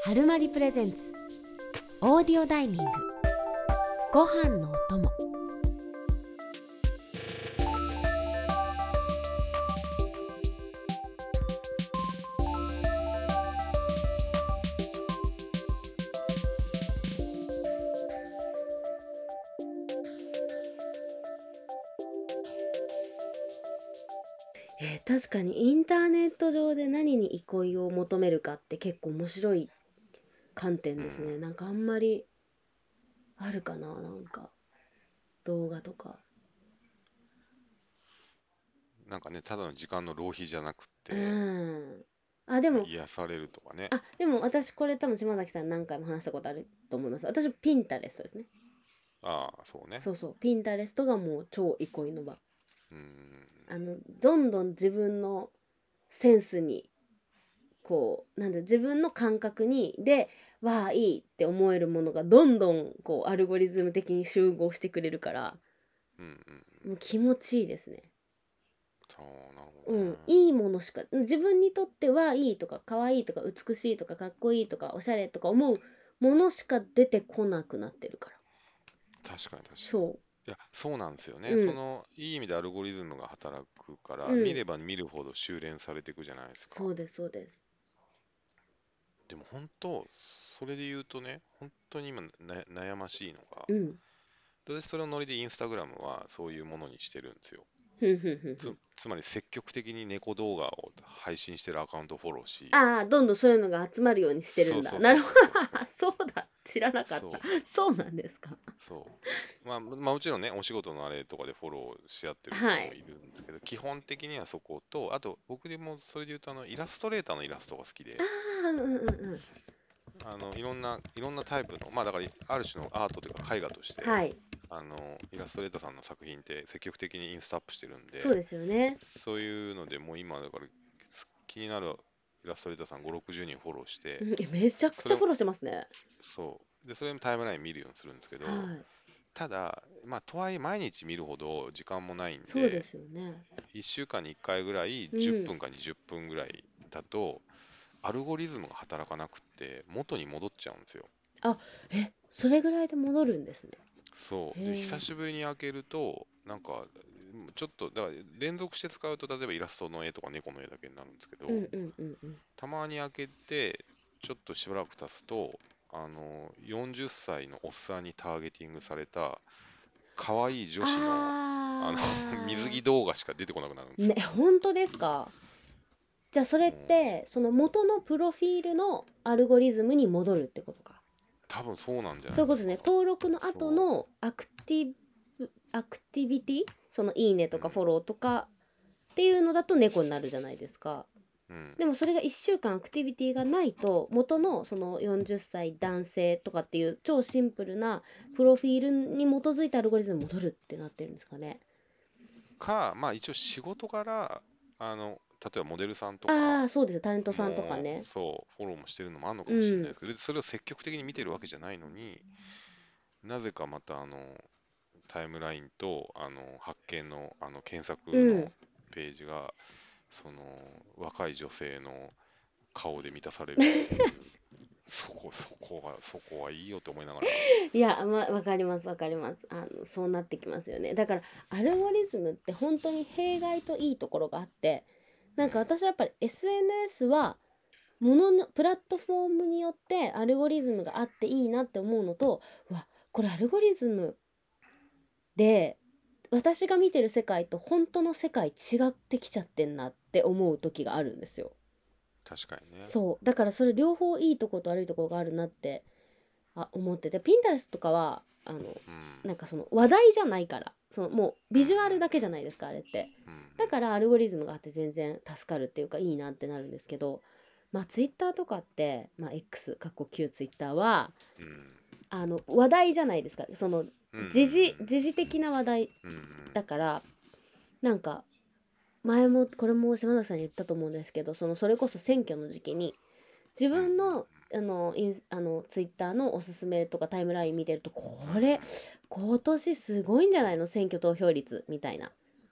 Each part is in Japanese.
春まりプレゼンツオーディオダイニングご飯のお供。確かにインターネット上で何に憩いを求めるかって結構面白い観点ですね。なんかあんまりあるかな、なんか動画とか。 なんかね、ただの時間の浪費じゃなくうて、 ん。あ、でまあ、 も、 癒されるとかね。 でも私これ多分島崎さん何回も話したことあると思います。私ピンタレストですね。 ああ、そうね。 そうそう、ピンタレストがもう超憩いの場。 うん。 どんどん自分のセンスにこうなんで自分の感覚にでわあいいって思えるものがどんどんこうアルゴリズム的に集合してくれるからうんうん。 もう気持ちいいですね。 そう、なるほどね。 うん、いいものしか自分にとってはいいとか可愛いとか美しいとかかっこいいとかおしゃれとか思うものしか出てこなくなってるから。 確かに確かに。 そいや、そうなんですよう。 ね。 うんいい意味でアルゴリズムが働くから、見うん、 れば見るほど修練されていくじゃないですか。 そうですそうです。 でも本当、それで言うとね、本当に今悩ましいのが、 うん、 私それをノリでインスタグラムはそういうものにしてるんですよ。 ふんふんふんふん。 つまり積極的に猫動画を配信してるアカウントをフォローし、 ああ、どんどんそういうのが集まるようにしてるんだ。 そうそうそうなるほど。 そうそうそう。 そうだ、知らなかった。 そう、 そうなんですか。 そう。まあもちろんね、お仕事のあれとかでフォローし合ってるはい。 人もいるんですけど、基本的にはそこと、あと僕でもそれで言うとイラストレーターのイラストが好きあで、 あ、うんうんうん。 いろんなタイプの、まあだからある種のアートというか絵画として、 はい。 イラストレーターさんの作品って積極的にインストアップしてるんで、 そうですよね。 そういうのでもう今だから気になるイラストレーターさん5、60人フォローして、 めちゃくそれを、 ちゃフォローしてますね。 で、それもタイムライン見るようにするんですけど、 はい。 ただ、まあ、とはいえ毎日見るほど時間もないんで、 そうですよね。 1週間に1回ぐらい10 うん。 分か20分ぐらいだと、アルゴリズムが働かなくって元に戻っちゃうんですよ。 あ、それぐらいで戻るんですね。 そう。で、久へえ。 しぶりに開けると、なんか、ちょっと、だから連続して使うと、例えばイラストの絵とか猫の絵だけになるんですけど、 うんうんうんうん。 たまに開けて、ちょっとしばらく経つと、40歳のおっさんにターゲティングされた、可愛い女子の、あの水着あ動画しか出てこなくなるんでー。ね、 すよ。 本当ですか。じゃあそれっもう、 て、その元のプロフィールのアルゴリズムに戻るってことか。 多分そうなんじゃないですか。 そういうことですね。登録の後そのアクティビティ、そのいいねう。 とかフォローとかっていうのだと猫になるじゃないですか。 うん。 でもそれが1週間アクティビティがないと元のその40歳男性とかっていう超シンプルなプロフィールに基づいたアルゴリズムに戻るってなってるんですかね。 まあ一応仕事から、例えばモデルさんとかああ、そうですよ。タレントさんとかも、 ね。 そう、フォローもしてるのもあるのかもしれないでうん。 すけど、でそれを積極的に見てるわけじゃないのに、なぜかまたタイムラインと、発見の、検う索のん。 ページが、その、若い女性の顔で満たされるっていう、そこはいいよと思いながら、 いや、わかりますわかります。そうなってきますよね。だから、アルゴリズムって本当に弊害といいところがあって、なんかうん、 私はやっぱり SNS は、ものの、プラットフォームによってアルゴリズムがあっていいなって思うのと、うわ、これアルゴリズムで、私が見てる世界と本当の世界違ってきちゃってんなって思う時があるんですよ。 確かにね。 そう。だからそれ両方いいとこと悪いところがあるなって思ってて、ピンタレストとかはうん、 なんかその話題じゃないから、そのもううん、うん、 ビジュアルだけじゃないですかあれって。 うん、うん。 だからアルゴリズムがあって全然助かるっていうかいいなってなるんですけど、まあツイッターとかって、まあ X かっこ旧ツイッターはうん話題じゃないですか。そのうんうん時事的な話題うんうんだから、なんか前もこれも島崎さんに言ったと思うんですけど、それこそ選挙の時期に自うんうん分のツイッターのおすすめとかタイムライン見てると、こうんれ今年すごいんじゃないの選挙投票率みたいな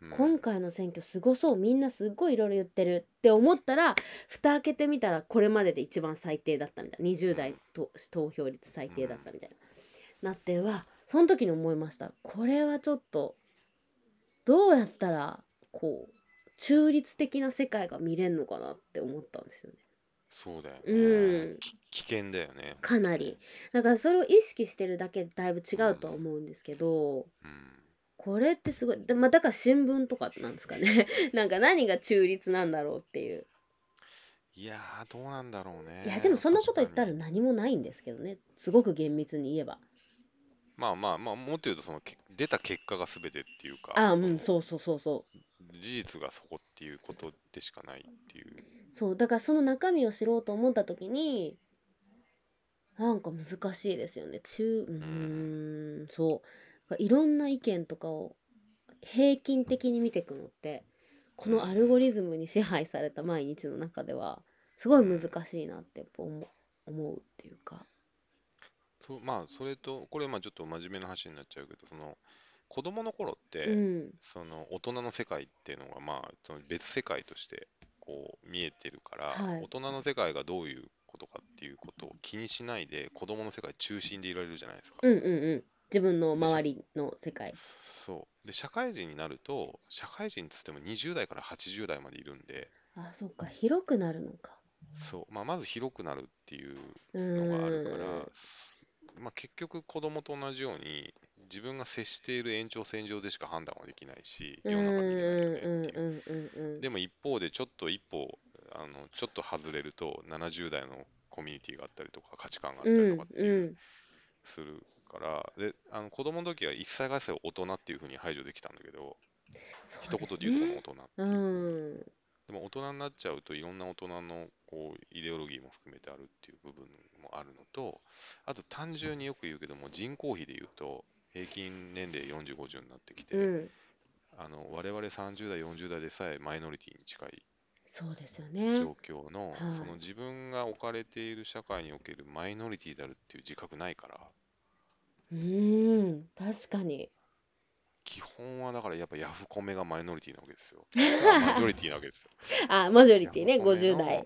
今回の選挙すごそう、みんなすっごいいろいろ言ってるって思ったら、蓋開けてみたらこれまでで一番最低だったみたいな、20代と投票率最低だったみたいな、なってその時に思いました。これはちょっとどうやったらこう中立的な世界が見れるのかなって思ったんですよね。 そうだようね。 ん、 危険だよね。 かなり。だからそれを意識してるだけでだいぶ違うとは思うんですけど、 うん。 これってすごい。だから新聞とかなんですかね。なんか何が中立なんだろうっていう。 いやー、どうなんだろういやね。 でもそんなこと言ったら確かに。 何もないんですけどね。すごく厳密に言えば。 まあまあまあ、もっと言うと、出た結果が全てっていうか、 うん、そうそうそうそう。 事実がそこっていうことでしかないっていう。 そうだからその中身を知ろうと思った時になんか難しいですよね。 うん。 そういろんな意見とかを平均的に見ていくのってこうん。 のアルゴリズムに支配された毎日の中ではすごい難うん。 しいなってやっぱ思うっていうか。 まあ、それと、これまあちょっと真面目な話になっちゃうけど、子供の頃って、 うん。 大人の世界っていうのが、まあ、その別世界としてこう見えてるから、 はい。 大人の世界がどういうことかっていうことを気にしないで、子供の世界中心でいられるじゃないですか。 うんうんうん。自分ので、 周りの世界。 そう。で、社会人になると、社会人っつっても20代から80代までいるんで、 そっか、広くなるのか。 そう。まあ、まず広くなるっていううのがあるから、 ーん。 まあ、結局子供と同じように、自分が接している延長線上でしか判断はできないし、 うん世の中見れないよねっていう。 うんうんうんうんでも一方でちょっと一歩、ちょっと外れると70代のコミュニティがあったりとか価値観があうったりとかんっていう、 うん。 するから、で、子供の時は一切合切大人っていう風に排除できたんだけど、 そうで一言で言うとこのすね。 大人っうていう風に。 ん。 でも大人になっちゃうといろんな大人のこうイデオロギーも含めてあるっていう部分もあるのと、あと単純によく言うけども人口比で言うと平均年齢40、50になってきて、 うん。 我々30代、40代でさえマイノリティに近いそうですよね。 状況の、そはの自分が置かれている社会におけるマイノリティであるっていう自覚ないから、 い。確かに。 基本はだからやっぱヤフコメがマイノリティなわけですよ。マイノリティなわけですよ。 マジョリティね、 ヤフコメ 50代。 の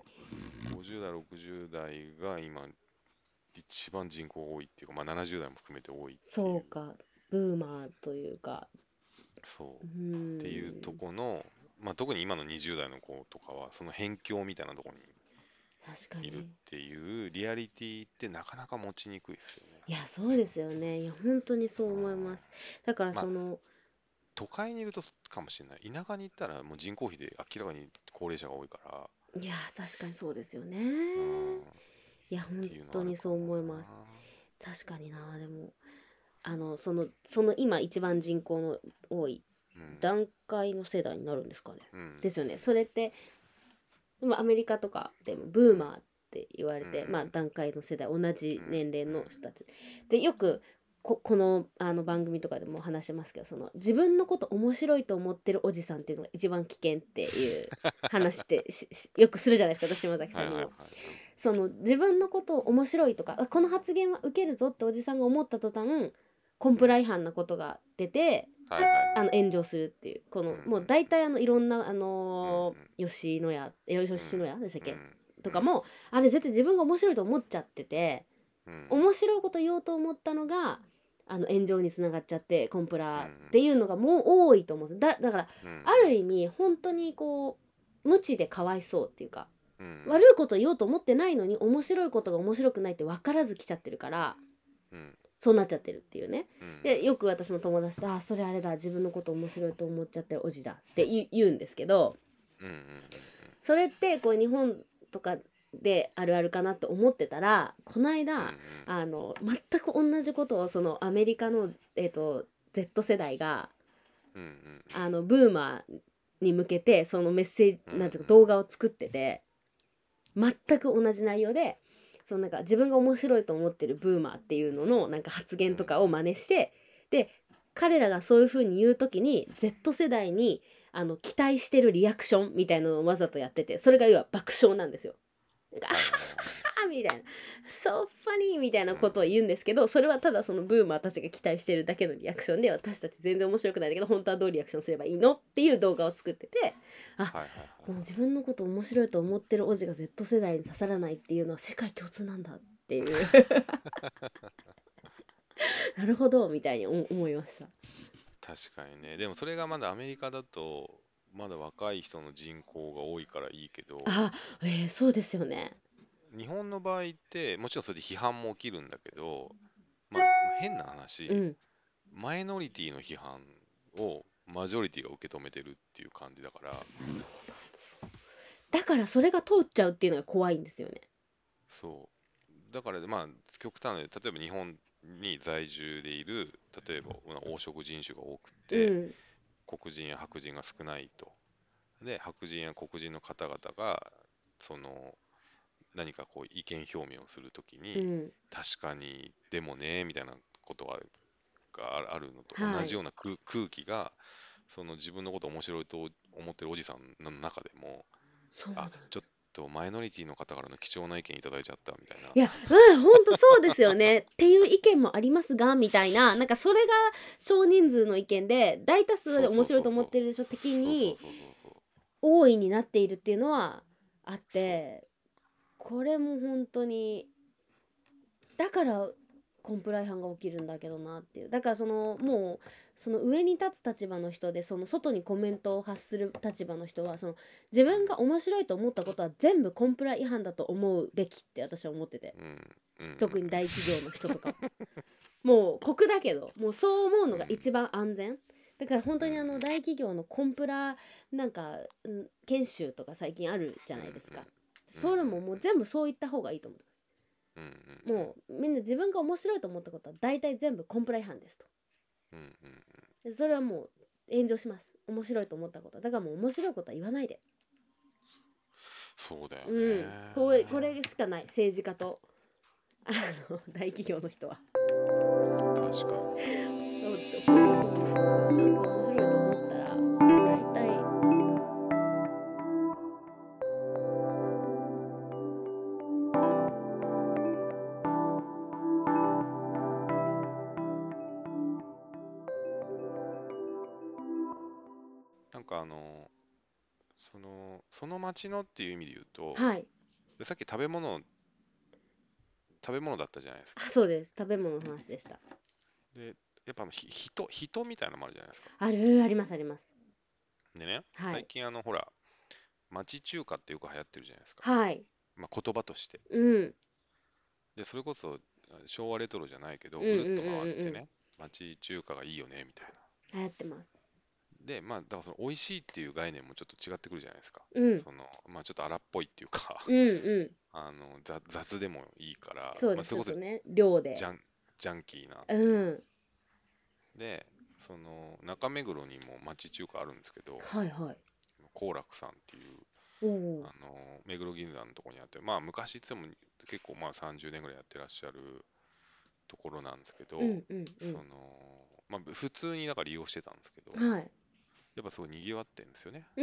50代、60代が今一番人口多いっていうか、まあ70代も含めて多いっていう、 そうか、ブーマーというか。 そううっていうとん。 この、まあ特に今の20代の子とかは、その辺境みたいなところに確かいるっに。 ていうリアリティってなかなか持ちにくいですよね。 いや、そうですよね。いや、本当にそううん思います。だからまあ、 その、 都会にいるとかもしれない。田舎に行ったらもう人口比で明らかに高齢者が多いかいや、確かにそうですよね。 ら、 いや、本っていうのはあるかも当にそう思います。 な。 確かにな。でも、その今一番人口の多いうん、 段階の世代になるんですかね。 うん、 ですよね。それって、でもアメリカとかでもブうん、 ーマーって言われうん、 て、まあ段階の世代、同じうん、 年齢うん、 の人たち。で、よくこの番組とかでも話しますけど、その自分のこと面白いと思ってるおじさんっていうのが一番危険っていう話ってよくするじゃないですか、私島崎さはいはいはい、 んにも。その自分のことを面白いとかこの発言は受けるぞっておじさんが思った途端コンうん、 プラ違反なことが出てはいはいはい、 炎上するっていうこうん、うのん、 もう大体いろんなうん、 吉野家吉野家でしたっうん、うけん、 とかもあれ絶対自分が面白いと思っちゃっててうん、うん、 面白いこと言おうと思ったのが炎上につながっちゃってコンプうん、 ラっていうのがもう多いと思うんですだからうん、 ある意味本当にこう無知でかわいそうっていうかうん、 悪いこと言おうと思ってないのに面白いことが面白くないって分からず来ちゃってるからうん、 そうなっちゃってるっていうね。 うん、 でよく私も友達とそれあれだ自分のこと面白いと思っちゃってるおじだって言うんですけどうん、 それってこう日本とかであるあるかなと思ってたらこの間全く同じことをそのアメリカの、Z 世代がうん、 ブーマーに向けてそのメッセージなんていうか動画を作ってて全く同じ内容でそのなんか自分が面白いと思ってるブーマーっていうののなんか発言とかを真似してで彼らがそういう風に言う時に Z 世代に期待してるリアクションみたいなのをわざとやっててそれが要は爆笑なんですよ。なんかあはははみたいな「So funny」みたいなことを言うんですけど、それはただそのブーマーたちが期待してるだけのリアクションで、私たち全然面白くないんだけど本当はどうリアクションすればいいのっていう動画を作ってて、あ、 はいはいこの自分のこと面白いと思ってるおじが Z 世代に刺さらないっていうのは世界共通なんだっていうなるほどみたいに思いました。 確かにね。でもそれがまだアメリカだと、まだ若い人の人口が多いからいいけど、 あ、そうですよね。 日本の場合って、もちろんそれで批判も起きるんだけど、まあ、変なう話、 ん、 マイノリティの批判をマジョリティが受け止めてるっていう感じだから、 そうなんですよ。だからそれが通っちゃうっていうのが怖いんですよね。 そう。だからまあ、極端で、例えば日本に在住でいる、例えば黄色人種が多くて、 うん、 黒人や白人が少ないと。で、白人や黒人の方々が、その、何かこう意見表明をするときに、 うん、 確かに、でもね、みたいなことがあるのと同はい。 じような空気が、その自分のことを面白いと思ってるおじさんの中でも、 そうなんあ、ちょっです。 とマイノリティの方からの貴重な意見いただいちゃったみたいな。 いや、まあ、ほんとそうですよね。っていう意見もありますが、みたいな、なんかそれが少人数の意見で、大多数そうで面そうそうそう。 白いと思ってるでしょ的にそうそうそうそうそう。 多いになっているっていうのはあっそう。 て、これも本当に、だからコンプラ違反が起きるんだけどなっていう。だからそのもうその上に立つ立場の人で、その外にコメントを発する立場の人は、その自分が面白いと思ったことは全部コンプラ違反だと思うべきって私は思ってて、 うん。うん。うん。 特に大企業の人とかもう酷だけど、もうそう思ううん。 のが一番安全だから。本うん。 当に大企業のコンプラなんか、研修とか最近あるじゃうん。 ないですか。 うん。うん。 それももう全部そういった方がいいと思います。 うん。うん。 もうみんな自分が面白いと思ったことは大体全部コンプラ違反ですと。 うん。うん。 でそれはもう炎上します。面白いと思ったことだから、もう面白いことは言わないで。 そうだようん、こね。 れしかない、政治家と大企業の人は。 確かに。 ほんとそうなんですよ。なんか面白いと思ったら大体なんかその町のっていう意味で言うと、 はい。 でさっき食べ物だったじゃないですか。 あ、そうです。食べ物の話でした。 で、やっぱ人みたいなのもあるじゃないですか。 ありますあります。 でね、 はい。 最近ほら、町中華ってよく流行ってるじゃないですか。 はい。 まあ言葉として。 うん。 で、それこそ昭和レトロじゃないけど、 うんうんうんぐるっと回ってうん。 ね、町中華がいいよね、みたいな。 流行ってます。 で、まあ、だからその美味しいっていう概念もちょっと違ってくるじゃないですか。 うん。 まあちょっと荒っぽいっていうかうんうん。 雑でもいいから、まあ、 そうです。 それこそちょっとね、量で。 ジャンキーなっうていう。 ん。 で、中目黒にも町中華あるんですけど、 はいはい。 幸楽さんっていう、 おお。 目黒銀座のとこにあって、まあ昔って言っても結構まあ30年ぐらいやってらっしゃるところなんですけど、 うんうんうまあ普通になんか利用してたんですけど、 ん。はい。 やっぱすごい賑わってるんですよね。 うん。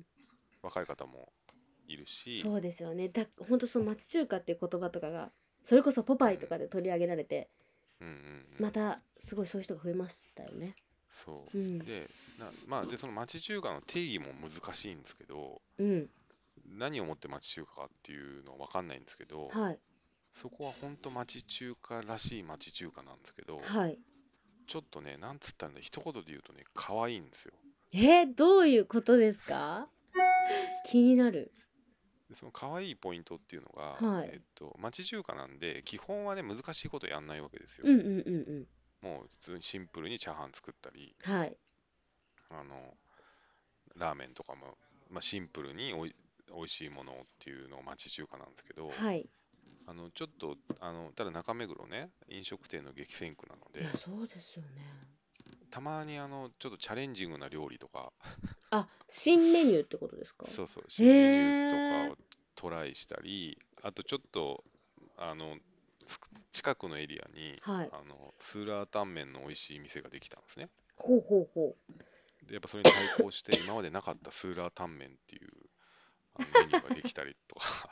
若い方もいるし、 そうですよね。ほんとその町中華っていう言葉とかが、それこそポうん、 パイとかで取り上げられて、 うんうんうん。 またすごいそういう人が増えましたよね。 そうん。 う。で、まあ、で、その町中華の定義も難しいんですけど、 うん。 何をもって町中華かっていうのは分かんないんですけど、 はい。 そこは本当町中華らしい町中華なんですけど、 はい。 ちょっとね、なんつったんだ、一言で言うとね、可愛いんですよ。 どういうことですか？気になる。 で、その可愛いポイントっていうのが、 はい。 町中華なんで、基本はね、難しいことやんないわけですよ。 うんうんうんうん。 もう普通にシンプルにチャーハン作ったり、 はい。 あの、ラーメンとかも、まあ、シンプルにおいしいものっていうのが町中華なんですけど、 はい。 ちょっと、ただ中目黒ね、飲食店の激戦区なのいや、 で、 そうですよね。 たまにちょっとチャレンジングな料理とか、 あ、新メニューってことですか？ そうそう、新メニューとかへえ。 をトライしたり、あとちょっと、あの、近くのエリアに、 はい。 スーラータンメンの美味しい店ができたんですね。 ほうほうほう。 で、やっぱそれに対抗して、今までなかったスーラータンメンっていうメニューができたりとか、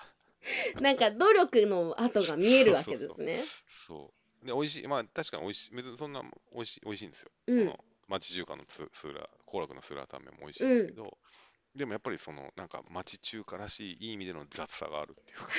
なんか努力の跡が見えるわけそうそうそう。 ですね。 そう。で、美味しい。まあ、確かに美味しい。別にそんな美味しいんですよ。 うん、 町中華のスーラー、幸楽のスーラータンメンも美味しいんうん。 ですけど、でもやっぱりなんか町中華らしい、いい意味での雑さがあるっていうか、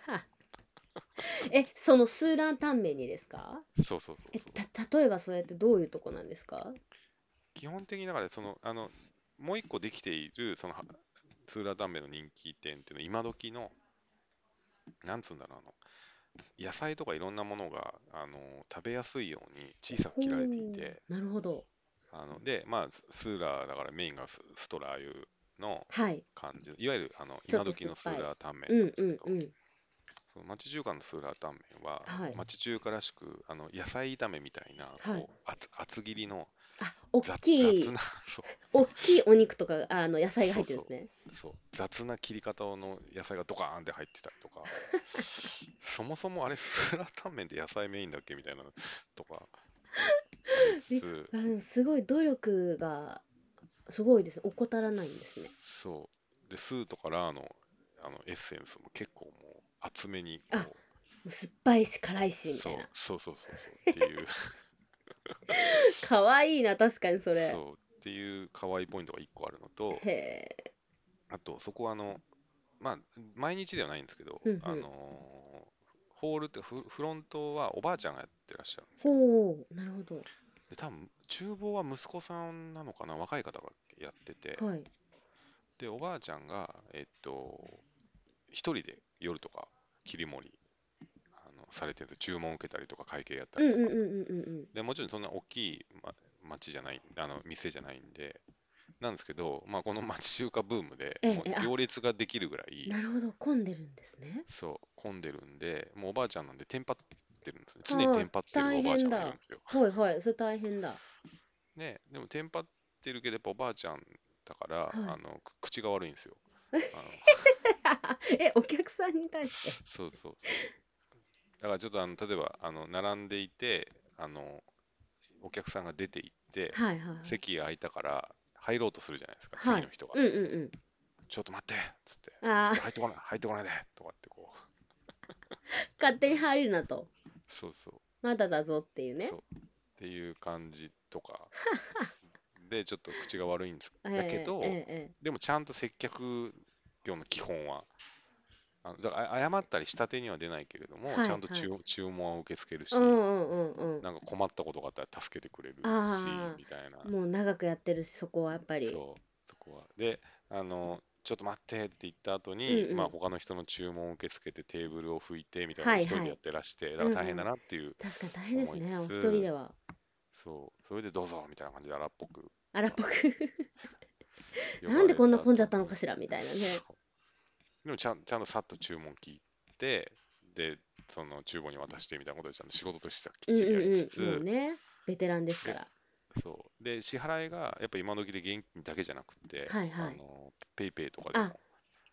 そのスーラータンメンにですか？ そうそうそうそう。 例えばそれってどういうとこなんですか？ 基本的にだから、もう一個できている、スーラータンメンの人気店っていうのは、今時の、なんつうんだろう、野菜とかいろんなものが、食べやすいように小さくほ切られていう、 て、 なるほど。 で、まあ、スーラーだからメインがストラー油のはい。 感じ、いわゆるちょっと今時のスー酸っぱい。 ラータンメンうんなんですけど、 うんうん。 その町中華のスーラータンメンは、 はい。 町中華らしく、野菜炒めみたいな、 はい。 厚切りのあ、おっきい、 雑な、そうおっきいお肉とか、野菜が入そうそってるんですね。 う、そう、雑な切り方の野菜がドカーンって入ってたりとか、そもそもあれ、スーラータンメンって野菜メインだっけみたいなとかありつえ、 つ、 でもすごい努力がすごいですね。怠らないんですね。 そう、で、スーとかラーの、エッセンスも結構もう厚めにあ、もこう、 う酸っぱいし辛いしみたいな。 そうっていうかわいいな、確かにそれ。 っていう可愛いポイントが1個あるのと、 へえ。 あと、そこはまあ、毎日ではないんですけど、 ふんふん。 ホールってフロントはおばあちゃんがやってらっしゃるんですよ。 ほう、なるほど。 で、多分、厨房は息子さんなのかな、若い方がやってて、 はい。 で、おばあちゃんが、一人で夜とか切り盛り、されてるんですよ。注文を受けたりとか、会計やったりとか。 うんうんうんうんうんうん。 で、もちろんそんな大きい、町じゃない、店じゃないんで、なんですけど、まあ、この町中華ブームでもうあ、 行列ができるぐらい、 なるほど、混んでるんですね。 そう、混んでるんで、もうおばあちゃんなんでテンパってるんですね。常にテああ、 ンパってる大おばあちゃんがいるん変だ。 ですよ。 はいはい、それ大変だ。 ね、でもテンパってるけど、やっぱおばあちゃんだから、 はい。 口が悪いんですよ。あの、 お客さんに対して。 そうそうそう。だからちょっと例えば、並んでいて、お客さんが出て行って、 はいはいはい。 席が空いたから入ろうとするじゃないですか、 はい。 次の人が。 うんうんうん。 ちょっと待ってっつって、 ああ、 入ってこないでとかってこう、 勝手に入るなと。 そうそう、 まだだぞっていうね。 そう、っていう感じとか、で、ちょっと口が悪いんです。だけえええど、 えええ。 でもちゃんと接客業の基本は、だから謝ったり下手には出ないけれども、ちゃんとはいはい。 注文は受け付けるうんうし、 んうんうん。 なんか困ったことがあったら助けてくれるし、 あみたいな、 あ、もう長くやってるし、そこはやっぱり。 そう、そこは。で、ちょっと待ってって言った後に、まあうんうん。 他の人の注文を受け付けてテーブルを拭いてみたいなことをはいはい。 一人でやってらして、だかうんうら大変だん。 なっていう確かに大変です思いね、お一人つつ、 では。 そう、それでどうぞみたいな感じで荒っぽく、 荒っぽくあの、 なんでこんな呼ばれた混んじゃったのか後に、 しらみたいなね。 そう、でもちゃんとさっと注文聞いて、で、その厨房に渡してみたいなことでちゃんと仕事としてはきっうんちりやりつうんうん。もうつ、 ね、ベテランですかで、 ら。 そう。で、支払いがやっぱ今時で現金だけじゃなくて、 はいはい。 ペイペイとかであ、 も、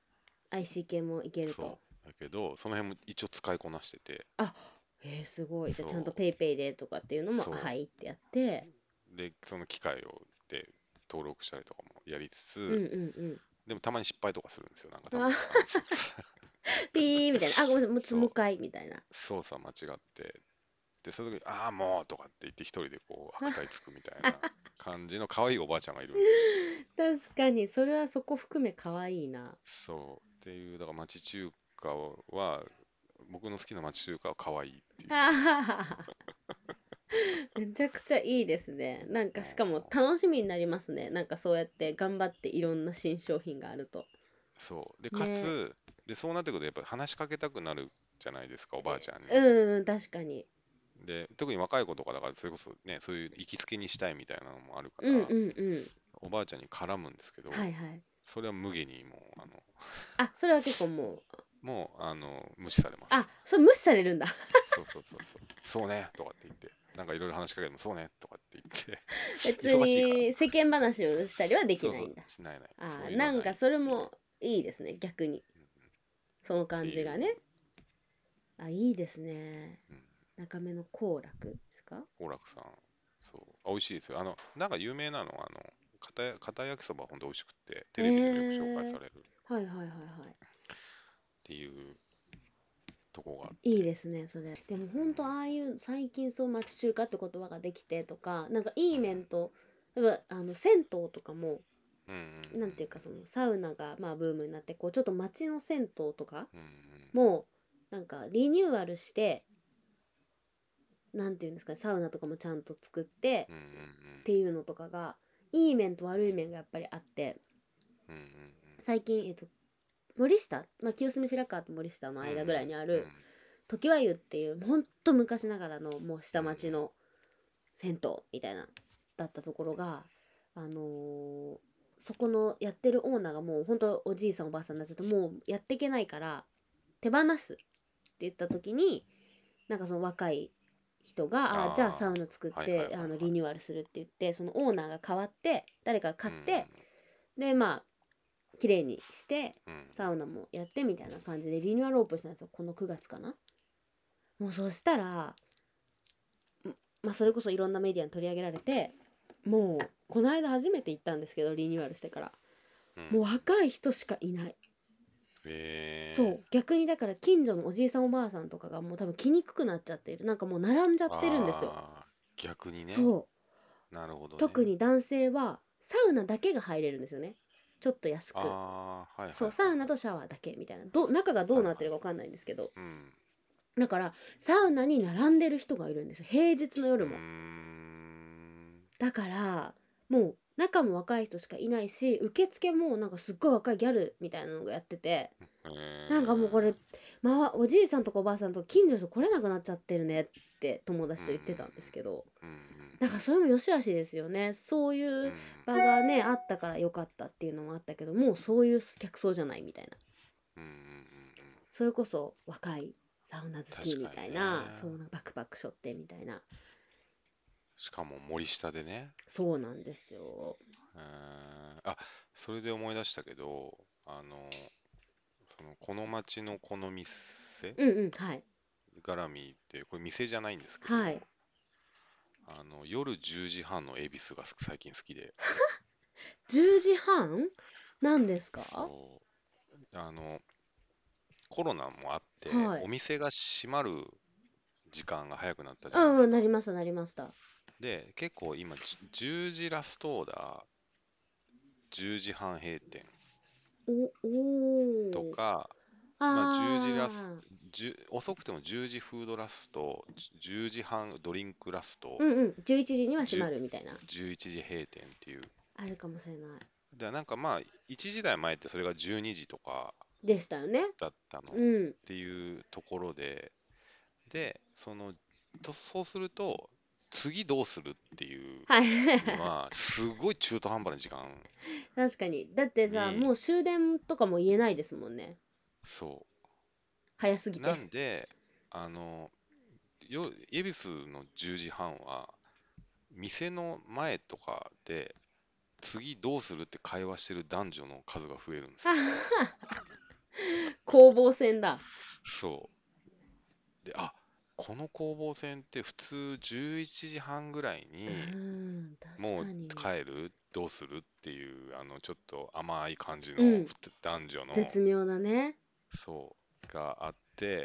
IC 系もいけると。 そう。だけど、その辺も一応使いこなしてて、 あ、すごい。じゃあちゃんとそペイペイでとかっていうのも、 そはいってやって。 う。で、その機械で登録したりとかもやりつうんつ、 うんでもたまに失敗とかするんですよ。なんかうん。あ、ピーみたいな。あ、ごめんなさい。もう一そう、 回みたいな。 操作間違って、で、その時に、ああ、もうとかって言って一人でこう悪態つくみたいな感じの可愛いおばあちゃんがいるんですよ。 確かに、それはそこ含め可愛いな。 そう。っていう、だから町中華は、僕の好きな町中華は可愛いっていう。 あはははめちゃくちゃいいですね。なんかしかも楽しみになりますね。なんかそうやって頑張っていろんな新商品があると。 そう。で、かね。 つ、で、そうなってくると、やっぱり話しかけたくなるじゃないですか、おばあちゃんに。 うん、確かに。 で、特に若い子とかだから、それこそね、そういう行きつけにしたいみたいなのもあるかうんら、 うんうん。 おばあちゃんに絡むんですけど、 はいはい。 それは無下にもう、 あ、それは結構もう、 無視されまあ、 す。 それ無視されるんだ。 そうね、とかって言って、なんかいろいろ話しかけても、そうね、とかって言って、 別忙しいから。 に世間話をしたりはできそうそう、 ないんだ。 しないない。 あー、 そういうのはなんかないっていう。 それもいいですね、逆に。 うんうんっその感じていう、 がね。あ、いいですね。 うん、 中目の幸楽ですか？ 好楽さん、そう、美味しいですよ。なんか有名なのは、片焼きそばほんと美味しくって、テレビでもよく紹介えー、 されるっはいはいはいはい。 ていう。 とこがあっいいて、 ですねそれ。でも本当ああいう最近そう町中華って言葉ができてとか、なんかいい面と、例えば銭湯とかも、 うんうんなんていうかそのサウナがまあブームになって、こうちょっと町の銭湯とかうんうんもなんかリニューアルして、なんていうんですかね、サウナとかもちゃんと作ってうんうんっていうのとかが、いい面と悪い面がやっぱりあって、 うんうん最近森下、まあ、清澄白河と森下のうんうん間ぐらいにあうんる常盤湯っていうほんと昔ながらのもう下うんうん町の銭湯みたいなだったところが、あのーそこのやってるオーナーがもうほんとおじいさんおばあさんになっちゃって、もうやっていけないから手放すって言った時に、なんかその若い人がじゃあサウナ作っはいはいはいてはい。 リニューアルするって言って、そのオーナーが変わって誰かが買うんうんってでまあ綺麗にしてうんサウナもやってみたいな感じでリニューアルオープンしたんですよ、この9月かな。もうそしたらまあそれこそいろんなメディアに取り上げられて、もうこの間初めて行ったんですけどリニューアルしてから、 うん。 もう若い人しかいない。 へえ。 そう逆にだから近所のおじいさんおばあさんとかがもう多分来にくくなっちゃっている、なんかもう並んじゃってるんですよ。 ああ、逆にね。 そうなるほどね。 特に男性はサウナだけが入れるんですよね、ちょっと安く。 ああ、はいはいはいそうサウナはい。 とシャワーだけみたいな、中がどうなってるか分かんないんですけど、 うん。 だからサウナに並んでる人がいるんですよ、平日のうー夜も。 ん。 だからもう中も若い人しかいないし、受付もなんかすっごい若いギャルみたいなのがやってて、 へなんかもうこえ。 れ、まあ、おじいさんとかおばあさんとか近所の人来れなくなっちゃってるねって友達うんと言ってたんですけど、 うんうんなんかそれも良し悪しですよね。そういうんう場がねあったから良かったっていうのもあったけど、もうそういう客層じゃないみたいな。 うんうんうんうん。 それこそ若いサウナ好きみ確かにね。 たいな、そうなバクバクしょってみたいな。 しかも森下でね。 そうなんですよ。 あ、それで思い出したけど、この町のこの店うんうんはい絡みって、これ店じゃないんですけど、 はい。 夜10時半の恵比寿が最近好きで、 10時半なんですか？ そう、コロナもあって、 はい。 お店が閉まる時間が早くなったじゃないでうんうん、なすか。 りましたなりました。 で、結構今、10時ラストオーダー、10時半閉店とおか、まあ10時ラス、 ああ。 遅くても10時フードラスト、10時半ドリンクラスト、 うんうん、11時には閉 10、 まるみたいな。 11時閉店っていう。 あるかもしれない。 で、なんかまあ、1時台前ってそれが12時とかでしたよね。 だったのっうん。 ていうところで、で、そうすると、次どうするっていうはい。 には、すごい中途半端な時間確かに。だってさ、 に、 もう終電とかも言えないですもんね。 そ早すぎう。なて。 んで、あの、恵比寿の10時半は、店の前とかで、次どうするって会話してる男女の数が増えるんですよ。 攻防戦だ。 そう。で、この攻防戦って普通11時半ぐらいに、 確もうかに。 帰るどうするっていう、ちょっと甘い感じのうん。 男女の、 絶妙だね。 があって、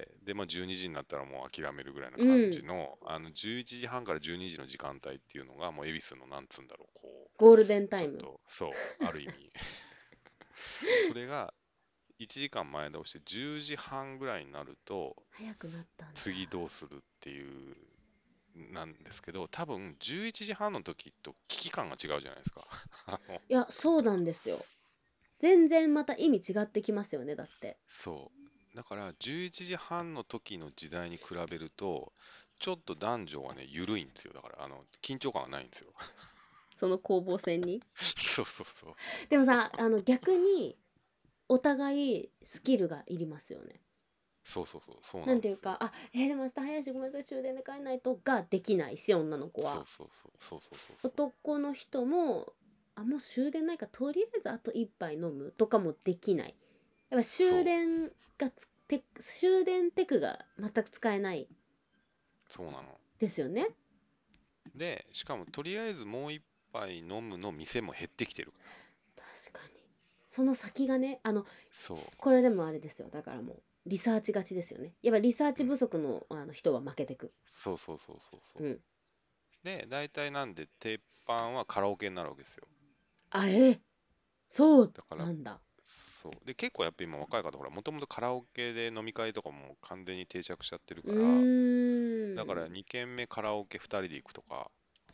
で、まあ、12時になったらもう諦めるぐらいなうん。 感じの、11時半から12時の時間帯っていうのが、もう恵比寿の、なんつうんだろう、 ゴールデンタイム。 ちょっと、ある意味それが1時間前倒して10時半ぐらいになると、 早くなったんだ。 次どうするっていうなんですけど、多分11時半の時と危機感が違うじゃないですか。 いや、そうなんですよ。全然また意味違ってきますよね、だって。 そう。だから11時半の時の時代に比べると、ちょっと男女はね、緩いんですよ。だから、緊張感がないんですよ。 その攻防戦に。 そうそうそう。 でもさ、逆にお互いスキルがいりますよね。 そうそうそう。そうなんていうか、 なんですよ。 でも明日早いしごめんなさい終電で帰んないとができないし、女の子は。 そうそうそう。そうそうそうそう。 男の人も、もう終電ないからとりあえずあと一杯飲むとかもできない。やっぱ終そう。 電終電テクが全く使えないそうなの。 ですよね。 で、しかもとりあえずもう一杯飲むの店も減ってきてるから。 確かに。その先がね、 そう。 これでもあれですよ。だからもう。 リサーチがちですよね。やっぱリサーチ不足の、人は負けてく。 そうそうそうそうそう。 うん。 で、大体なんで鉄板はカラオケになるわけですよ。 あ、そうだから、 なんだ。 そう。で、結構やっぱ今若い方、ほら、もともとカラオケで飲み会とかも完全に定着しちゃってるうから、だからーん。 2軒目カラオケ2人で行くとか、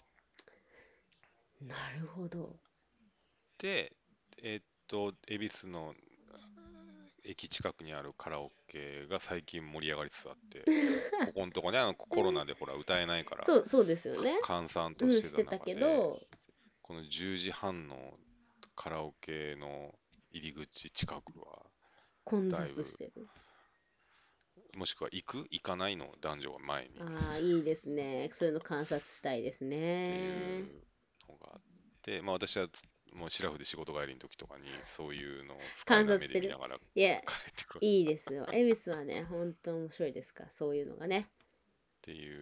なるほど。 で、恵比寿の駅近くにあるカラオケが最近盛り上がりつつあって、ここのとこね、コロナでほら歌えないから、 そうですよね。 閑散とうん、 してたしてたけ中で、 ど、 この10時半のカラオケの入り口近くは、 混だいぶ、 雑してる。 もしくは行かないの男女が前にっああ、いいですね。そういうの観察したいですていね。 うのがあって、まあ私はもうシラフで仕事帰りの時とかにそういうのを不快観な察してる。 目で見ながら帰いや、 ってくるっいいですよ。恵比寿はね、ほんと面白いですから、そういうのがね。 ていう、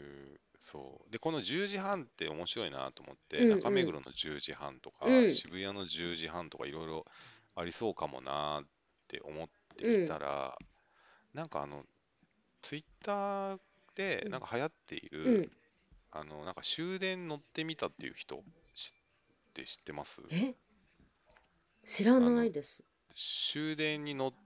そう。で、この10時半って面白いなと思って、 うん中目黒の10時半とか、 うん。 渋谷の10時半とかいろいろありそうかもなって思ってみうん。 たら、なんかツイッターでなんか流行っている、 うん。 なんか終電乗ってみたっていう人知ってます？ え、知らあの、 ないです。 終電に乗って、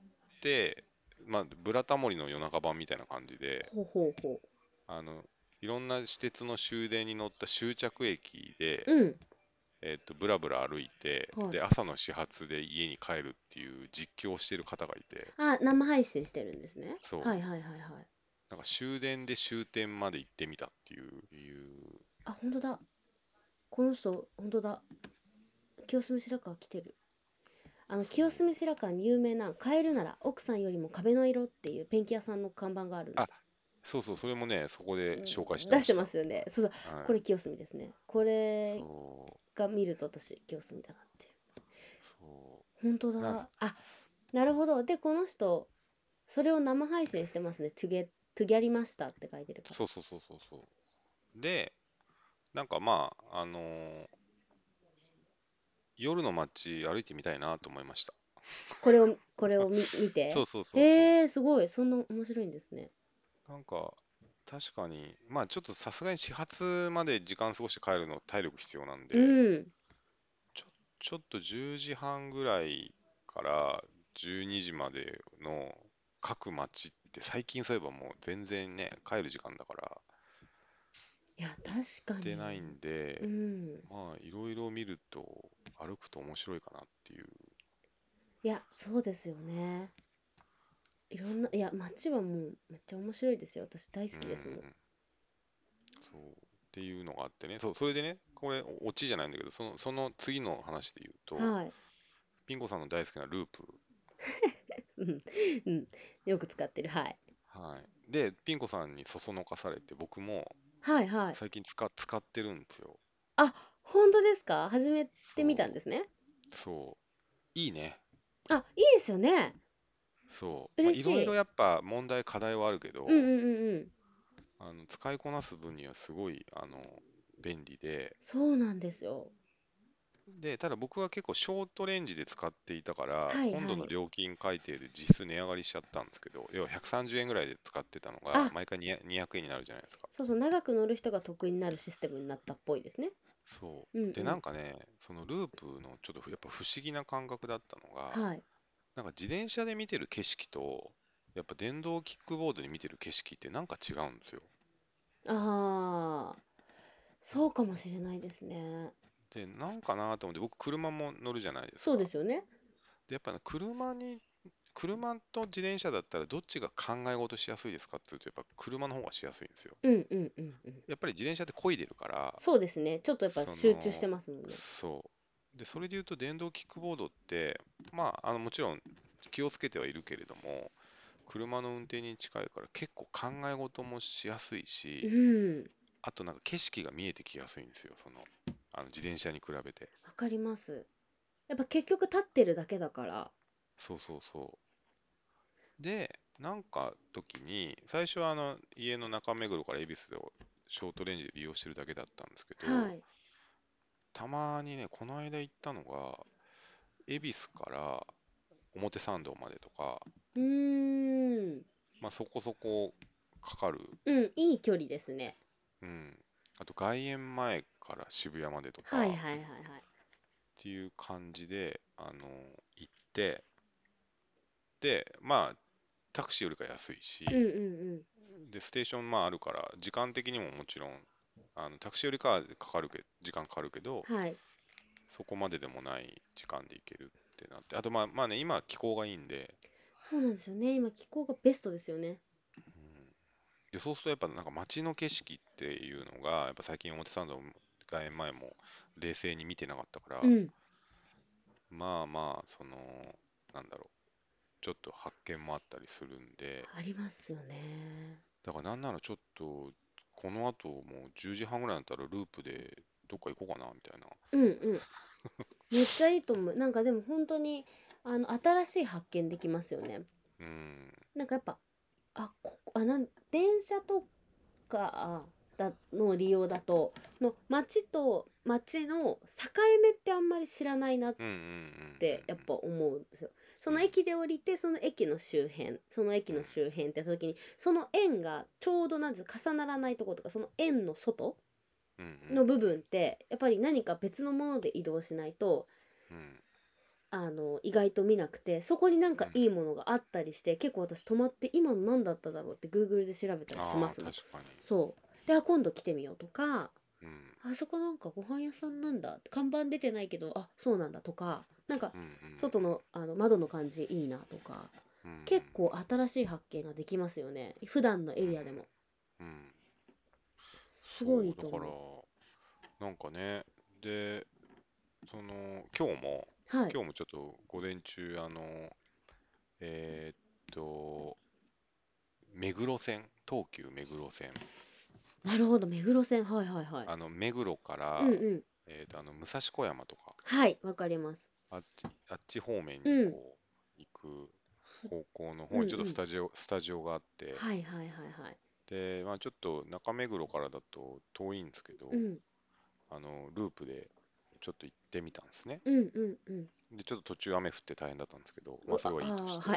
まあ、ブラタモリの夜中版みたいな感じで、 ほうほうほあの、いろんな私鉄の終電に乗った終着駅で、 う。うん。 ブラブラ歩いて、 はい。 で、朝の始発で家に帰るっていう実況をしてる方がいて、 あ、生配信してるんですね。 そう、 はいはいはいはい。 なんか終電で終点まで行ってみたっていう、 あ、本当だ。この人、本当だ。清澄白河来てる。清そう澄白河に有名な「変えるなら奥さんよりも壁の色」っていうペンキ屋さんの看板がある。 あ、そうそう、それもね、そこで紹介して出してました。 ますよね。そうだ。 はい。 これ清澄ですね。これそう、 が見ると私清澄だなって。 そ本当う、 だ。あ、なるほど。で、この人、それを生配信してますね。トゥギャりましたって書いてるから。 そうそうそうそうそう。で、なんかまあ、夜の街歩いてみたいなと思いました。 これを見て。 そうそうそうそう。 へえ、すごい。そんな面白いんですね。 なんか、確かに、まあちょっとさすがに始発まで時間過ごして帰るの体力必要なんうで、 ん。 ちょ、ちょっと10時半ぐらいから12時までの各街って最近そういえばもう全然ね、帰る時間だからいや、 行っ確かに。 てないんうで、 ん。 まあいろいろ見ると歩くと面白いかなっていう。 いや、そうですよね。いろんな、いや、街はもうめっちゃ面白いですよ。私大好うきですもん。 ん、そう。っていうのがあってね、そう、それでね、これ、オチじゃないんだけど、その次の話で言うと、 はい。 ピン子さんの大好きなループ。 うん。うん。よく使ってる。はい。 はい。で、ピン子さんにそそのかされて、僕もはいはい。 最近使ってるんですよ。 あ、本当ですか？始めてみたんそですね。 そう。いいね。 あ、いいですよね。 そう。まあ、 嬉しい。 いろいろやっぱ課題はあるけど、 うんうんうんうん。 使いこなす分にはすごい、便利で、 そうなんですよ。 で、ただ僕は結構ショートレンジで使っていたから、今度のはいはい。 料金改定で実質値上がりしちゃったんですけど、要は130円ぐらいで使ってたのが、 あ、 毎回200円になるじゃないですか。 そうそう、長く乗る人が得意になるシステムになったっぽいですね。 そう。で、なうんうん。 んかね、そのループのちょっとやっぱ不思議な感覚だったのが、 はい。 なんか自転車で見てる景色と、やっぱ電動キックボードで見てる景色ってなんか違うんですよ。 ああ、そうかもしれないですね。 で、なんかなと思って、僕車も乗るじゃないですそうでか。 すよね。 で、やっぱね、車と自転車だったらどっちが考え事しやすいですかっていうと、やっぱ車の方がしやすいんですよ。 うんうんうんうん。 やっぱり自転車って漕いでるから、 そうですね。ちょっとやっぱそ集中しての、 ますもんね。 そう。で、それで言うと電動キックボードって、まあ、もちろん気をつけてはいるけれども、車の運転に近いから結構考え事もしやすいうし、 ん。 あとなんか景色が見えてきやすいんですよ、自転車に比べて。 わかります。やっぱ結局立ってるだけだから。 そうそうそう。で、なんか時に、最初は家の中目黒から恵比寿でショートレンジで利用してるだけだったんですけど、 はい。 たまにね、この間行ったのが、恵比寿から表参道までとか、 うーん。 まあそこそこかかる。 いい距離ですね。 うん。あと外苑前から渋谷までとかはいはいはいはい。 っていう感じで、行って、で、まあタクシーよりか安いし、 うんうんで、ステーションまああるから、時間的にももちろん、タクシーよりかは時間かかるけど、 はい。 そこまででもない時間で行けるってなって、あとまあね、今気候がいいんで、 そうなんですよね。今気候がベストですよね。 うん、で、そうするとやっぱなんか街の景色っていうのが、やっぱ最近表参道外苑前も冷静に見てなかったから、 うん。 まあまあ、なんだろう、ちょっと発見もあったりするんで、 ありますよね。 だからなんならちょっと、この後もう10時半ぐらいだったらループでどっか行こうかなみたいな。 うんうん。めっちゃいいと思う。なんかでも本当に新しい発見できますよね。 うん、 なんかやっぱ電車とかの利用だと街と街の境目ってあんまり知らないなっうん、うん、うん、 てやっぱ思うんですよ。そうん、 の駅で降りてその駅の周辺って時にその円がちょうどなんです重ならないところとかその円の外うん、うん、 の部分ってやっぱり何か別のもので移動しないとうん、 意外と見なくてそこになんうん。 かいいものがあったりして結構私止まって今の何だっただろうって Google で調べたりしまああ、 すもん。 確かに。 そうで今度来てみようとかうん、 あそこなんかご飯屋さんなんだって看板出てないけどそうなんだとかなんかうん、うん、 外の窓の感じいいなとかうん、うん、 結構新しい発見ができますよね普段のエリアでも。 うん、うん。 すごいいいそう、だから、 と思う。 なんかね、で、今日も、 はいちょっと午前中、えーっと、目黒線、東急目黒線、 なるほど目黒線はいはいはい。 目黒から、 うんうん武蔵小山とか、 はいわかります。 あっち方面うんにこう、行く方向の方にちょっとうんうんスタジオがあって、 はいはいはいはいで、まあちょっと中目黒からだと遠いんですけど、 うんループでちょっと行ってみたんですね。 うんうんうんで、ちょっと途中雨降って大変だったんですけど、まあそれはいいとして、 はい。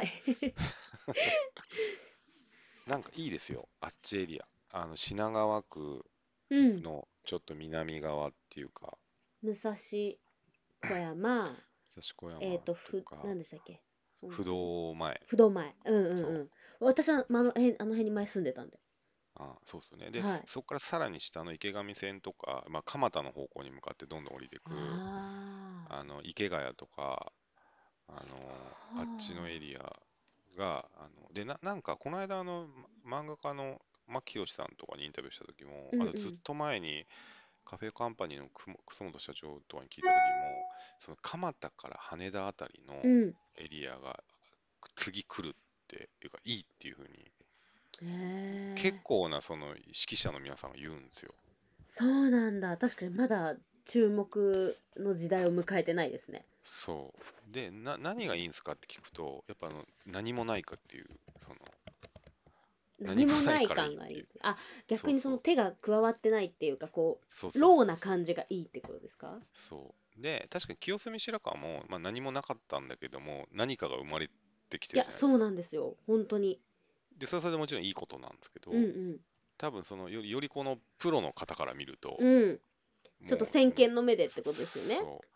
なんかいいですよ、あっちエリア。品川区うんのちょっと南側っていうか、 武蔵小山武蔵小山とか、 何でしたっけその不次動前、 不動前そう、 うん私は、あの辺に前住んでたんで。 そうですよね。で、 はいそこからさらに下の池上線とか、まあ、蒲田の方向に向かってどんどん降りていく、 あ池谷とか、あっちのエあリアが、で、なんか、この間、漫画家の牧宏さんとかにインタビューした時も、あとずっと前に、カフェカンパニーの楠本社長とかに聞いた時も、その蒲田から羽田あたりのうんエリアが次来るっていうか、いいっていうふうに、 へえ結構なその指揮者の皆さんが言うんですよ。 そうなんだ確かにまだ注目の時代を迎えてないですね。 そう。で、何がいいんですかって聞くと、やっぱ何もないかっていう、その、何何もないもないからいいっていう。 感がいい逆にそそうそう。 の手が加わってないっていうかそうそうローそうそう。 な感じがいいってことですか？ そう。で、確かに清澄白河も、まあ、何もなかったんだけども、何かが生まれてきていやそうるじゃないですか。 なんですよ本当に。 で、それはそれでもちろんいいことなんですけど、 うん多分よりこのプロの方から見ると、 うんちょっともう先見の目でってことですよね。 そう、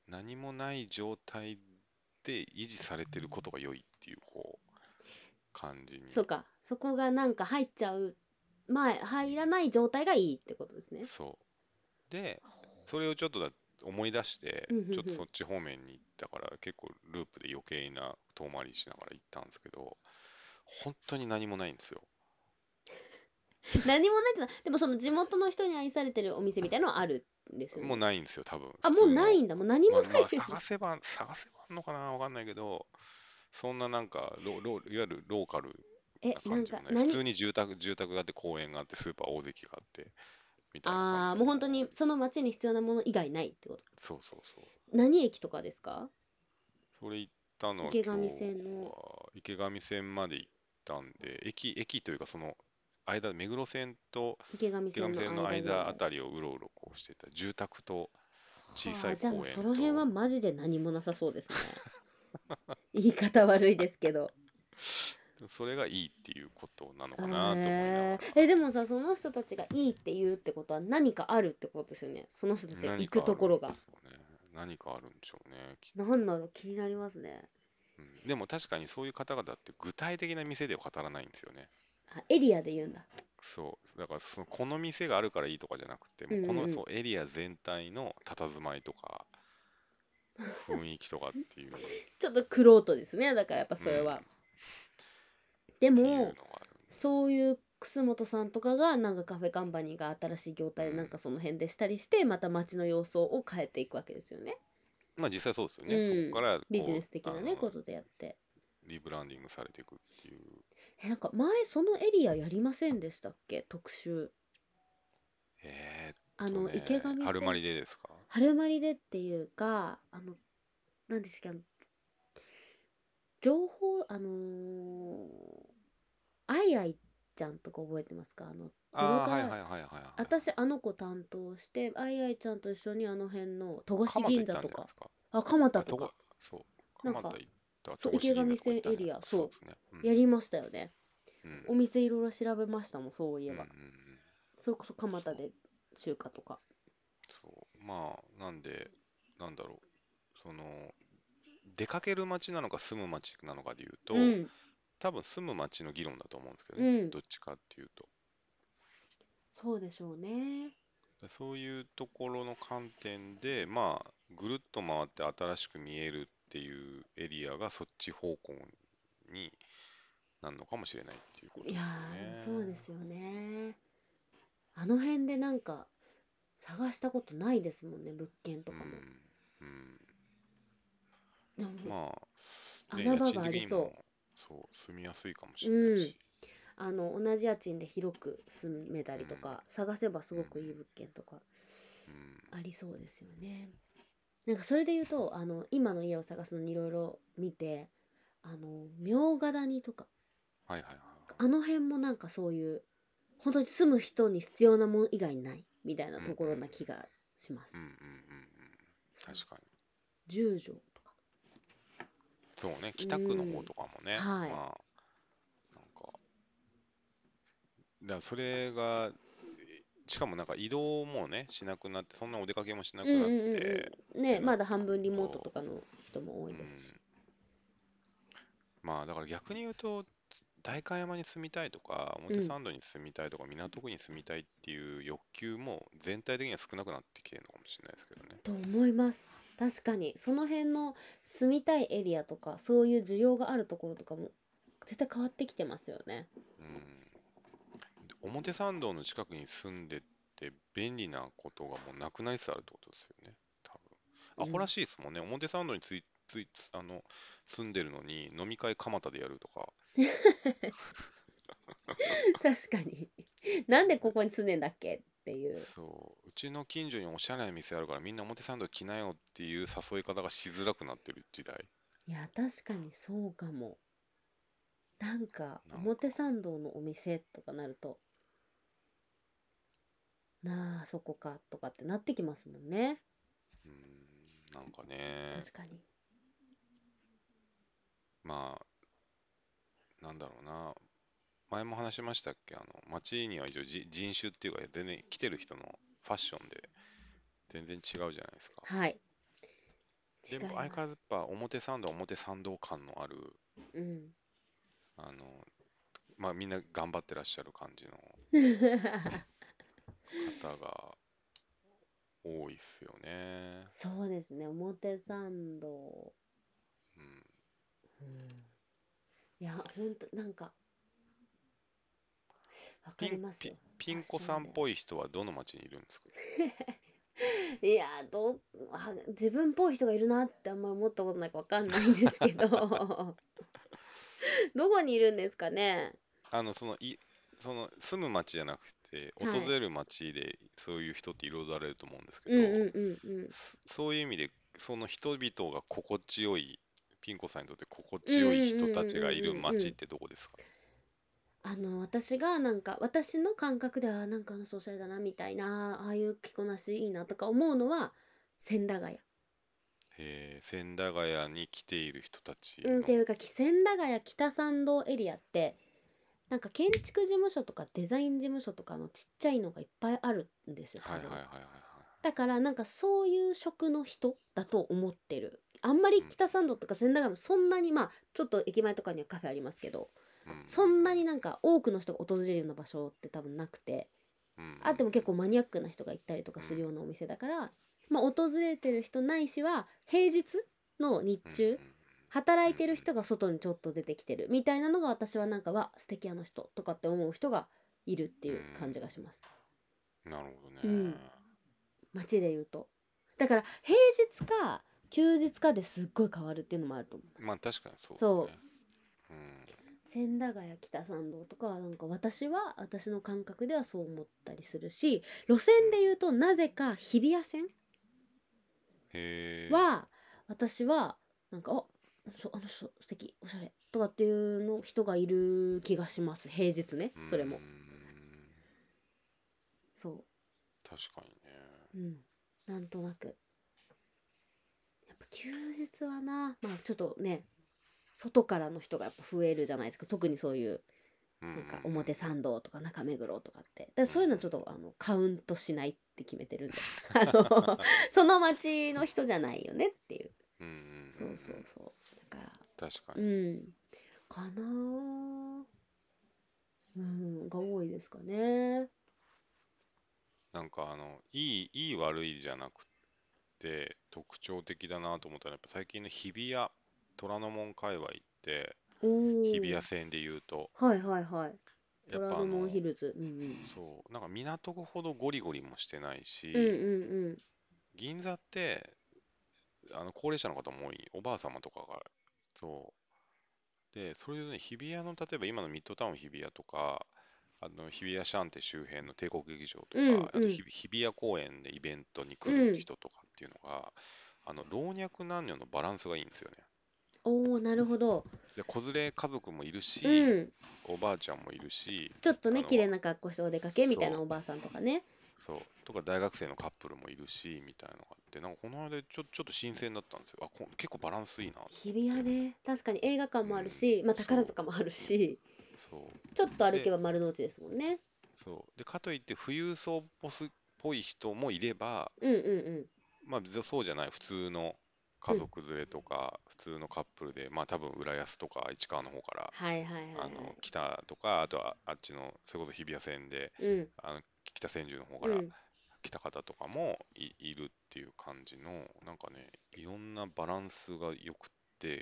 何もない状態で維持されてることが良いっていう、こう、感じに。 そうかそこがなんか入っちゃう入らない状態がいいってことですね。 そう。で、それをちょっと思い出して、 うんうんうん。 ちょっとそっち方面に行ったから、結構ループで余計な遠回りしながら行ったんですけど、本当に何もないんですよ。 何もないってのはでもその地元の人に愛されてるお店みたいのはあるんですよもうね。 ないんですよ、多分、 もう普通の。 ないんだもう何もない。 探せばあんのかなわかんないけど、そんななんか、いわゆるローカルなな感じもない。普んか通に住宅があって、公園があって、スーパー大関があって、みたいな感じの。 もう本当にその町に必要なもの以外ないってこと。 そうそうそう。 何駅とかですか？ それ行ったのは今池上日線のは池上線まで行ったんで、駅というかその間、目黒線と池上池上線の線の間あ間ぐらい。 たりをうろうろこうしてた住宅と小さいじゃあもう公その辺は園と、 マジで何もなさそうですね。言い方悪いですけど。 それがいいっていうことなのかなと思いながら。 でもさ、その人たちがいいって言うってことは何かあるってことですよね。その人たちが行く何かあるんでところが。 しょうね。何かあるんでしょうね。 なんだろう、気になりますね。 でも確かにそういう方々って具体的な店では語らないんですよね。 あ、エリアで言うんだ。 そう。だからこの店があるからいいとかじゃなくて、もうそうエリア全体の佇まいとか雰囲気とかっていう、 ちょっと玄人ですね。だからやっぱうん、っそれは。でていうも、 のがある。 そういう楠本さんとかがなんかカフェカンパニーが新しい業態でなんかその辺でしたりして、また街の様相を変えていくわけですよね。 まあ実際そうですようね。そこかん。 らビジネス的なね、ことでやって。 リブランディングされていくっていう。 なんか前そのエリアやりませんでしたっけ、特集。池上春ま線、 りでですか？ 春まりでっていうか、何でしたっけ、情報、あいあいちゃんとか覚えてますか？トロああー、はいタ、 はいはいはいはいはい。 私あの子担当して、あいあいちゃんと一緒にあの辺の戸越蒲田行ったん銀座とか、 じゃないですか？ あ、蒲田あ、 とか、 そう。 なんか、 蒲田行った、 そう、 戸越池上銀座とか行っ線エリア、 たんじゃないですか？そうそですね。 う、やりましたよね。 うん。 お店いろいろ調べましたもん、そういえうん。うん。 ば。 うん。 それこそ蒲田そう。 で中華とか。 そう。まあ、なんで、なんだろう。出かける街なのか住む街なのかで言うと、 うん、 多分住む街の議論だと思うんですけどね。 うん、 どっちかっていうと。 そうでしょうね。 そういうところの観点で、まあ、ぐるっと回って新しく見えるっていうエリアがそっち方向になるのかもしれないっていうこといやですよでもそうでね。 すよね。あの辺でなんか探したことないですもんね、物件とうん、 かも。 うん。 でもまあ、ね、 穴場家賃がありそ的にも、そう、住みやすいかもう。 しれないうん。 し。 同じ家賃で広く住めたうん、 りとか、探せばすうん、 ごくいい物件とかうん。 ありそうですよね。なんかそれで言うと、今の家を探すのにいろいろ見て、茗荷谷とか、 はいはいはいあの辺もなんかそういう、本当に住む人に必要なもの以外ないみたいなはい。うん、 ところな気がしまうん、うん、 す。 うん、うん。 そう。 確かに。 十条とか。 そうね、 う北区の方ん。 とかもね、 はい。 まあ、なんか、それが、しかもなんか移動もね、しなくなって、そんなお出かけもしなくなっうんうんうんてうん。ね、 ってなっまだてくる半分リモートとと、 かの人も多うん、 いですし。 まあだから逆に言うと、代官山に住みたいとか、 うん。 表参道に住みたいとか、港区に住みたいっていう欲求も全体的には少なくなってきてるのかもしれないですけどね。 と思います。確かに。その辺の住みたいエリアとか、そういう需要があるところとかも、絶対変わってきてますよね。 うん。表参道の近くに住んでて便利なことがもうなくなりつつあるってことですよね。多分。アホらうん。 しいですもんね。表参道に住んでるのに飲み会蒲田でやるとか。 確かに。なんでここに住んでんだっけっていう。 そう。うちの近所におしゃれな店あるからみんな表参道来なよっていう誘い方がしづらくなってる時代。 いや、確かにそうかも。なんか、 なんか、 表参道のお店とかなると、なあ、そこかとかってなってきますもんね。 なんかね、 確かに。 まあ、なんだろうな。前も話しましたっけ街には一応人種っていうか、全然来てる人のファッションで全然違うじゃないですか。 はい。 でも違います。 相変わらずやっぱ表参道は表参道感のある、 うん。 あの、まあみんな頑張ってらっしゃる感じの方が多いっすよね。 そうですね、表参道。 うん。 うん。いや、ほんと、なんか、わかピン、 りますよ。 ピファッン子さんっションで。 ぽい人はどの街にいるんですか？ いや、自分っぽい人がいるなってあんまり思ったことないかわかんないんですけど、どこにいるんですかね。 あの、その、い、その、住む街じゃなくて、訪はい。 れる街でそういう人って彩られると思うんですけど、 うんうんうんうん。 そういう意味で、その人々が心地よい、ピン子さんにとって心うんうん地よい人たちがいるうんうんうんうん。 街ってどこですか？ 私がなんか、私の感覚では、なんかあの人おしゃれだな、みたいな、ああいう着こなしいいなとか思うのは、千駄ヶ谷。 千駄ヶ谷に来ている人たちっていの。 うか千駄ヶ谷北参道エリアってなんか建築事務所とかデザイン事務所とかのちっちゃいのがいっぱいあるんですよ多分。 はいはいはいはいはい。 だからなんかそういう職の人だと思ってる。あんまりうん北参道とか千駄ヶ谷もそんなにまあちょっと駅前とかにはカフェありますけど、 うんうんそんなになんか多くの人が訪れるような場所って多分なくて、 うんうんあっても結構マニアックな人が行ったりとかするようなお店だから、まあ訪れてる人ないしは平日の日うん中働いてる人が外にちょっと出てきてるみたいなのが私はなんか素敵あの人とかって思う人がいるっていう感じがします。 なるほどうん、 ね。 街で言うと。だから平日か休日かですっごい変わるっていうのもあると思う。 まあ確かにそうそだね。 う千駄ヶ谷北参道とかはなんか私の感覚ではそう思ったりするし、路線で言うとなぜか日比谷線へえ。 は私はなんかあの人素敵おしゃれとかっていうの人がいる気がします。平日ね、それも。そ確かにね。 う、なんとなくやっぱ休日はな、まあちょっとね外からの人がやっぱ増えるじゃないですか、特にそういうなんか表参道とか中目黒とかって。そういうのちょっとカウントしないって決めてるんでその町の人じゃないよねっていう。そうそうそう。だから確かに。 かなが多いですかね。 なんかいい悪いじゃなくて特徴的だなと思ったら、やっぱ最近の日比谷、虎ノ門界隈って、 お日比谷ー、 線で言うと、 はいはいはい。 やっぱ虎ノ門ヒルズ。 そう、なんか港区ほどゴリゴリもしてないうんうんし、 うん銀座って、高齢者の方も多い、おばあ様とかが、そう。で、それでね、日比谷の、例えば今のミッドタウン日比谷とか、日比谷シャンテ周辺の帝国劇場とうんか、あとうん日比谷公園でイベントに来るうん。 人とかっていうのが、老若男女のバランスがいいんですよね。 おー、なるほど。 で、子連れ家族もいるうし、 ん。 おばあちゃんもいるし、 ちょっとね綺麗あの、 な格好してお出かけみたいなそう、 おばあさんとかね。 そう、とか大学生のカップルもいるし、みたいなのがあって、なんかこの間ちょっと新鮮だったんですよ。結構バランスいいなと思日比谷って。 ね、確かに映画館もあるうん、 し、まあ宝そう、 塚もあるし、 そちょっとう。で、 歩けば丸の内ですもんね。 そう。で、かといって富裕層っぽい人もいれば、 うんうんまあ別にそうじゃない普通のうん。うん。 家族連れとか、普通のカップルで、まあ多分浦安とか市川の方からはいはいはいはい。 来たとか、あとはあっちの、それこそ日比谷線で、 うん北千住の方からうん。 来た方とかもいるっていう感じの、なんかね、いろんなバランスが良くって、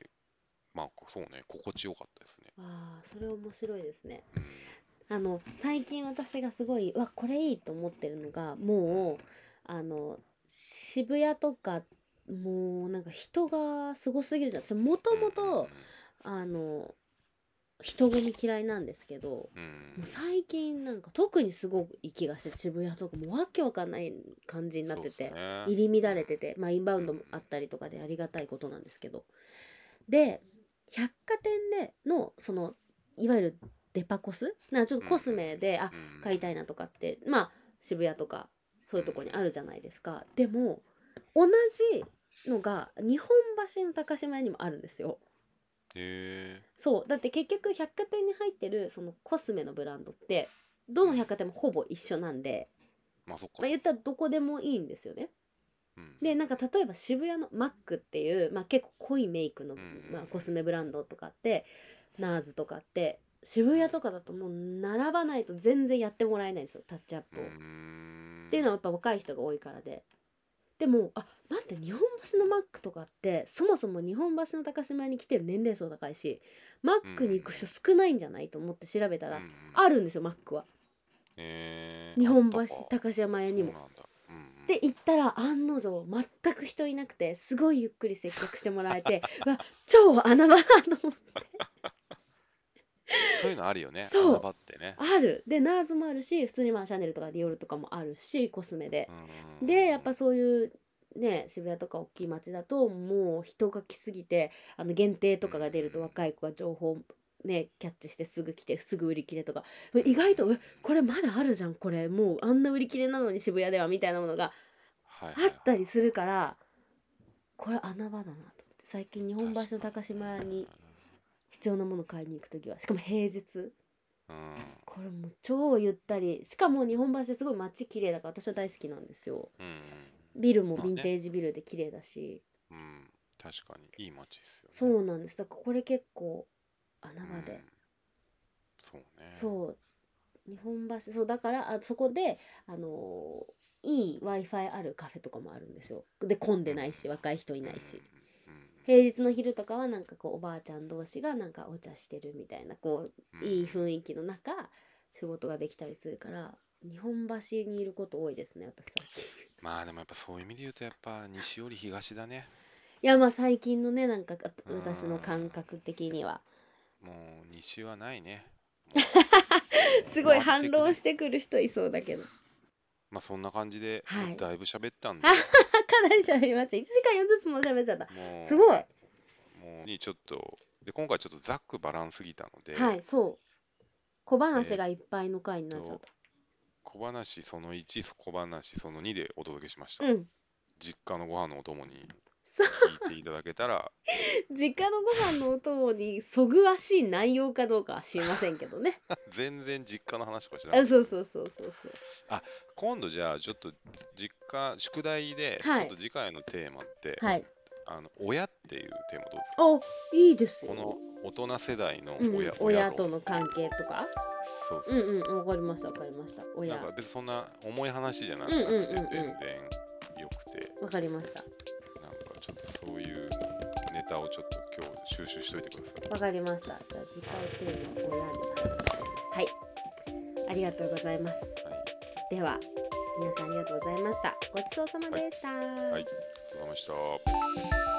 まあそうね、心地よかったですね。 ああ、それ面白いですね。 うん、 最近私がすごいこれいいと思ってるのがうん、 もう渋谷とかもうなんか人がすごすぎるじゃん。私もとうん、うん、 もとあの人混み嫌いなんですけど、もうん、うん、 う最近なんか特にすごい気がして、渋谷とかもわけわかんない感じになっそうですてて、 ね。 入り乱れてて、まあインバウうん、 ンドもあったりとかでありがたいことなんですけど、で百貨店でのそのいわゆるデパコスなんかちょっとうん、うん、 コスメでうん、うん、 買いたいなとかってまあ渋谷とかそういうとこにあうんるじゃないですか。でも同じのが日本橋の高島屋にもあるんですよ。 へえ、 そうだって結局百貨店に入ってるそのコスメのブランドってどうん。 の百貨店もほぼ一緒なんで、 まあそっかまあ、言ったらどこでもいいんですよね。 うん、 でなんか例えば渋谷のマックっていう、まあ、結構濃いメイクの、 うん、うん、 まあ、コスメブランドとかってナーズとかって渋谷とかだともう並ばないと全然やってもらえないんですよ、タッチアッうん、うープを。っていうのはん、 やっぱ若い人が多いからで。でも待って、日本橋のマックとかってそもそも日本橋の高島屋に来てる年齢層高いし、マッうん、うん、 クに行く人少ないんじゃないと思って調べたうん、うらん。 あるんですよ、マックは。日あっ本橋たか。 高島屋にも。 そうなんだ。うん、うん。 で行ったら案の定全く人いなくて、すごいゆっくり接客してもらえて超穴場だと思って。 そういうのあるよね、穴そう場ってね。 ある。でナーズもあるし、普通にまあシャネルとかディオールとかもあるし、コスメで。 うん、うん、 でやっぱそういうね渋谷とか大きい街だともう人が来すぎて、限定とうん、うん、 かが出ると若い子が情報ねキャッチしてすぐ来てすぐ売り切れとか、 うん、うん。 意外とこれまだあるじゃん、これもうあんな売り切れなのに渋谷ではみたいなものがはいはいはいあったりするから、 これ穴場だなと思って、最近日本橋の高島屋に必要なもの買いに行くときは、しかも平日、これもう超ゆったり、しかも日本橋すごい街綺麗だから私は大好きなんですよ。ビルもヴィンテージビルで綺麗だし、 確かにいい街ですよね。 そうなんです。だからこれ結構穴場で、 そうね。 そう日本橋、そうだからそこでいい Wi-Fi あるカフェとかもあるんですよ。で混んでないし、若い人いないし、平日の昼とかはなんかこうおばあちゃん同士がなんかお茶してるみたいな、こういい雰囲気の中仕事ができたりするから、日本橋にいること多いですね、私最近。 まあでもやっぱそういう意味で言うとやっぱ西より東だね。 いやまあ最近のね、なんか私の感覚的にはもう西はないね。 すごい反論してくる人いそうだけど、 まあそんな感じで、 はいもうだいぶ喋ったんで、 かなり喋りました。1時間40分も喋っちゃった。 もうすごい。 もうにちょっとで今回ちょっとざっくばらんすぎたので、 はい、そう小話がいっぱいの回になっちゃった。 小話その1、小話その2でお届けしました。 うん。 実家のご飯のお供にそう聞いていただけたら実家のご飯のお供にそぐわしい内容かどうかは知りませんけどね。 全然実家の話とかしなかった。 そうそうそうそうそう。 今度じゃあちょっと実家宿題でちはいょっと次回のテーマって、 はい親っていうテーマどうですか？ あ、いいですよ。 この大人世代の親親との関係とか。 そうそうわかりましたわかりました。親なんか別にそんな重い話じゃなくて全然よくて、 わかりました。 なんかちょっとそういうネタをちょっと今日収集しといてください。 わかりました。じゃあ次回テーマ親で話します。はい、ありがとうございます。では皆さんありがとうございました。ごちそうさまでした。 はい、ありがとうございました。